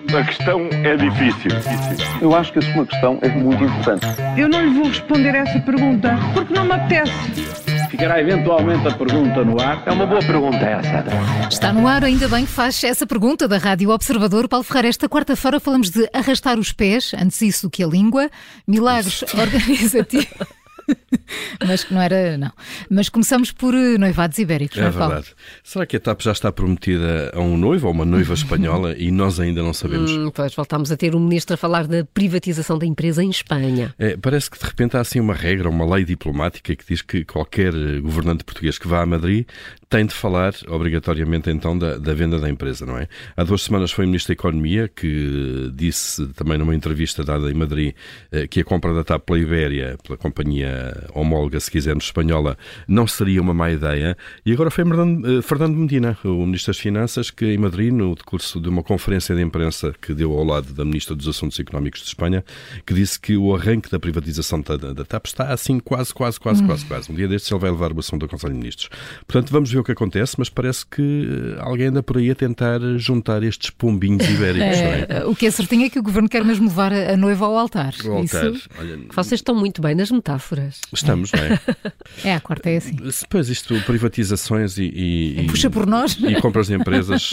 A questão é difícil. Eu acho que a sua questão é muito importante. Eu não lhe vou responder essa pergunta, porque não me apetece. Ficará eventualmente a pergunta no ar. É uma boa pergunta essa. Está no ar, ainda bem que faz essa pergunta da Rádio Observador. Paulo Ferreira, esta quarta-feira falamos de arrastar os pés, antes isso do que a língua, milagres organizativos. Mas que não era, não. Mas começamos por noivados ibéricos, não é, Paulo? Verdade. Será que a TAP já está prometida a um noivo ou uma noiva espanhola e nós ainda não sabemos? Pois, voltámos a ter um ministro a falar da privatização da empresa em Espanha. Parece que de repente há assim uma regra, uma lei diplomática que diz que qualquer governante português que vá a Madrid tem de falar obrigatoriamente então da venda da empresa, não é? Há 2 semanas foi o Ministro da Economia que disse também numa entrevista dada em Madrid que a compra da TAP pela Ibéria, pela companhia homóloga, se quisermos, espanhola, não seria uma má ideia. E agora foi Fernando Medina, o Ministro das Finanças, que em Madrid, no decurso de uma conferência de imprensa que deu ao lado da Ministra dos Assuntos Económicos de Espanha, que disse que o arranque da privatização da TAP está assim quase. Um dia destes ele vai levar o assunto ao Conselho de Ministros. Portanto, vamos ver o que acontece, mas parece que alguém anda por aí a tentar juntar estes pombinhos ibéricos, não é? O que é certinho é que o Governo quer mesmo levar a noiva ao altar. Olha, Vocês estão muito bem nas metáforas. Estamos, não é? A quarta é assim. Depois isto, privatizações e puxa por nós. E compras de empresas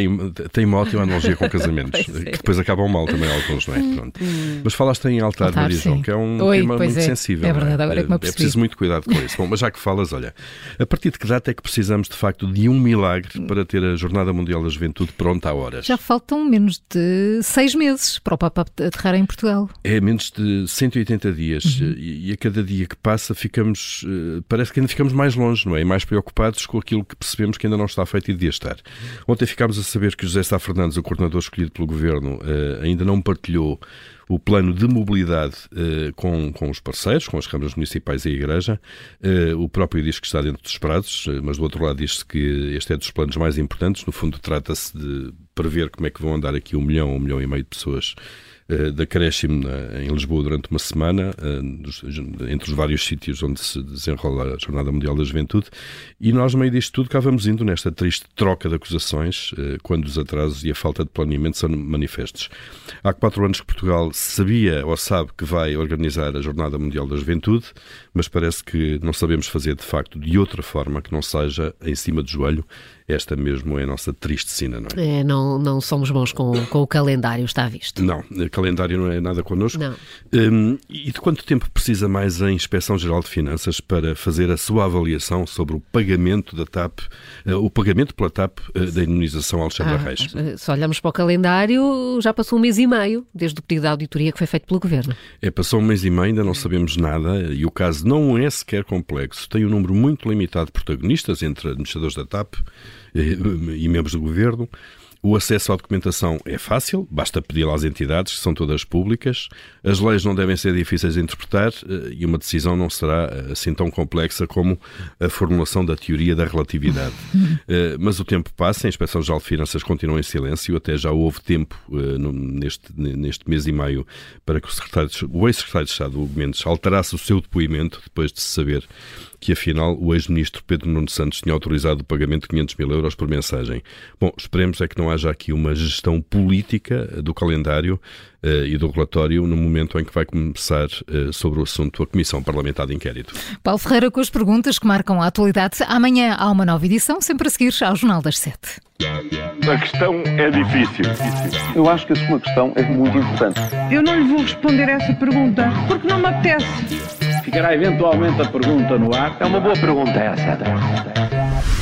tem uma ótima analogia com casamentos, que depois acabam mal também alguns, não é? Pronto. Mas falaste em altar, Maria João, que é um tema muito sensível. É verdade, agora é que me apercebi. É preciso muito cuidado com isso. Bom, mas já que falas, olha, a partir de que data é que precisamos de facto de um milagre para ter a Jornada Mundial da Juventude pronta a horas? Já faltam menos de 6 meses para o Papa aterrar em Portugal. É menos de 180 dias e a cada dia que passa parece que ainda ficamos mais longe, não é? E mais preocupados com aquilo que percebemos que ainda não está feito e devia estar. Ontem ficámos a saber que José Sá Fernandes, o coordenador escolhido pelo Governo, ainda não partilhou o plano de mobilidade com os parceiros, com as câmaras municipais e a Igreja. O próprio diz que está dentro dos prazos, mas do outro lado diz-se que este é dos planos mais importantes. No fundo, trata-se de prever como é que vão andar aqui 1 milhão e meio de pessoas de acréscimo em Lisboa durante uma semana, entre os vários sítios onde se desenrola a Jornada Mundial da Juventude, e nós, no meio disto tudo, cá vamos indo nesta triste troca de acusações, quando os atrasos e a falta de planeamento são manifestos. Há 4 anos que Portugal sabia ou sabe que vai organizar a Jornada Mundial da Juventude, mas parece que não sabemos fazer, de facto, de outra forma que não seja em cima do joelho. Esta mesmo é a nossa triste sina, não é? Não somos bons com o calendário, está visto. Não, o calendário não é nada connosco. Não. E de quanto tempo precisa mais a Inspeção-Geral de Finanças para fazer a sua avaliação sobre o pagamento da TAP, o pagamento pela TAP da indemnização a Alexandra Reis? Se olhamos para o calendário, já passou 1 mês e meio desde o pedido de auditoria que foi feito pelo Governo. Passou 1 mês e meio, ainda não sabemos nada e o caso não é sequer complexo. Tem um número muito limitado de protagonistas entre administradores da TAP e membros do Governo. O acesso à documentação é fácil, basta pedi-la às entidades, que são todas públicas. As leis não devem ser difíceis de interpretar e uma decisão não será assim tão complexa como a formulação da teoria da relatividade. Mas o tempo passa, a Inspeção-Geral de Finanças continua em silêncio, até já houve tempo neste mês e meio para que o ex-secretário de Estado, Hugo Mendes, alterasse o seu depoimento depois de se saber que afinal o ex-ministro Pedro Nuno Santos tinha autorizado o pagamento de 500 mil euros por mensagem. Bom, esperemos é que não haja aqui uma gestão política do calendário e do relatório no momento em que vai começar sobre o assunto a Comissão Parlamentar de Inquérito. Paulo Ferreira com as perguntas que marcam a atualidade. Amanhã há uma nova edição, sempre a seguir ao Jornal das 7. A questão é difícil. Eu acho que a sua questão é muito importante. Eu não lhe vou responder essa pergunta, porque não me apetece. Ficará eventualmente a pergunta no ar. É uma boa pergunta essa.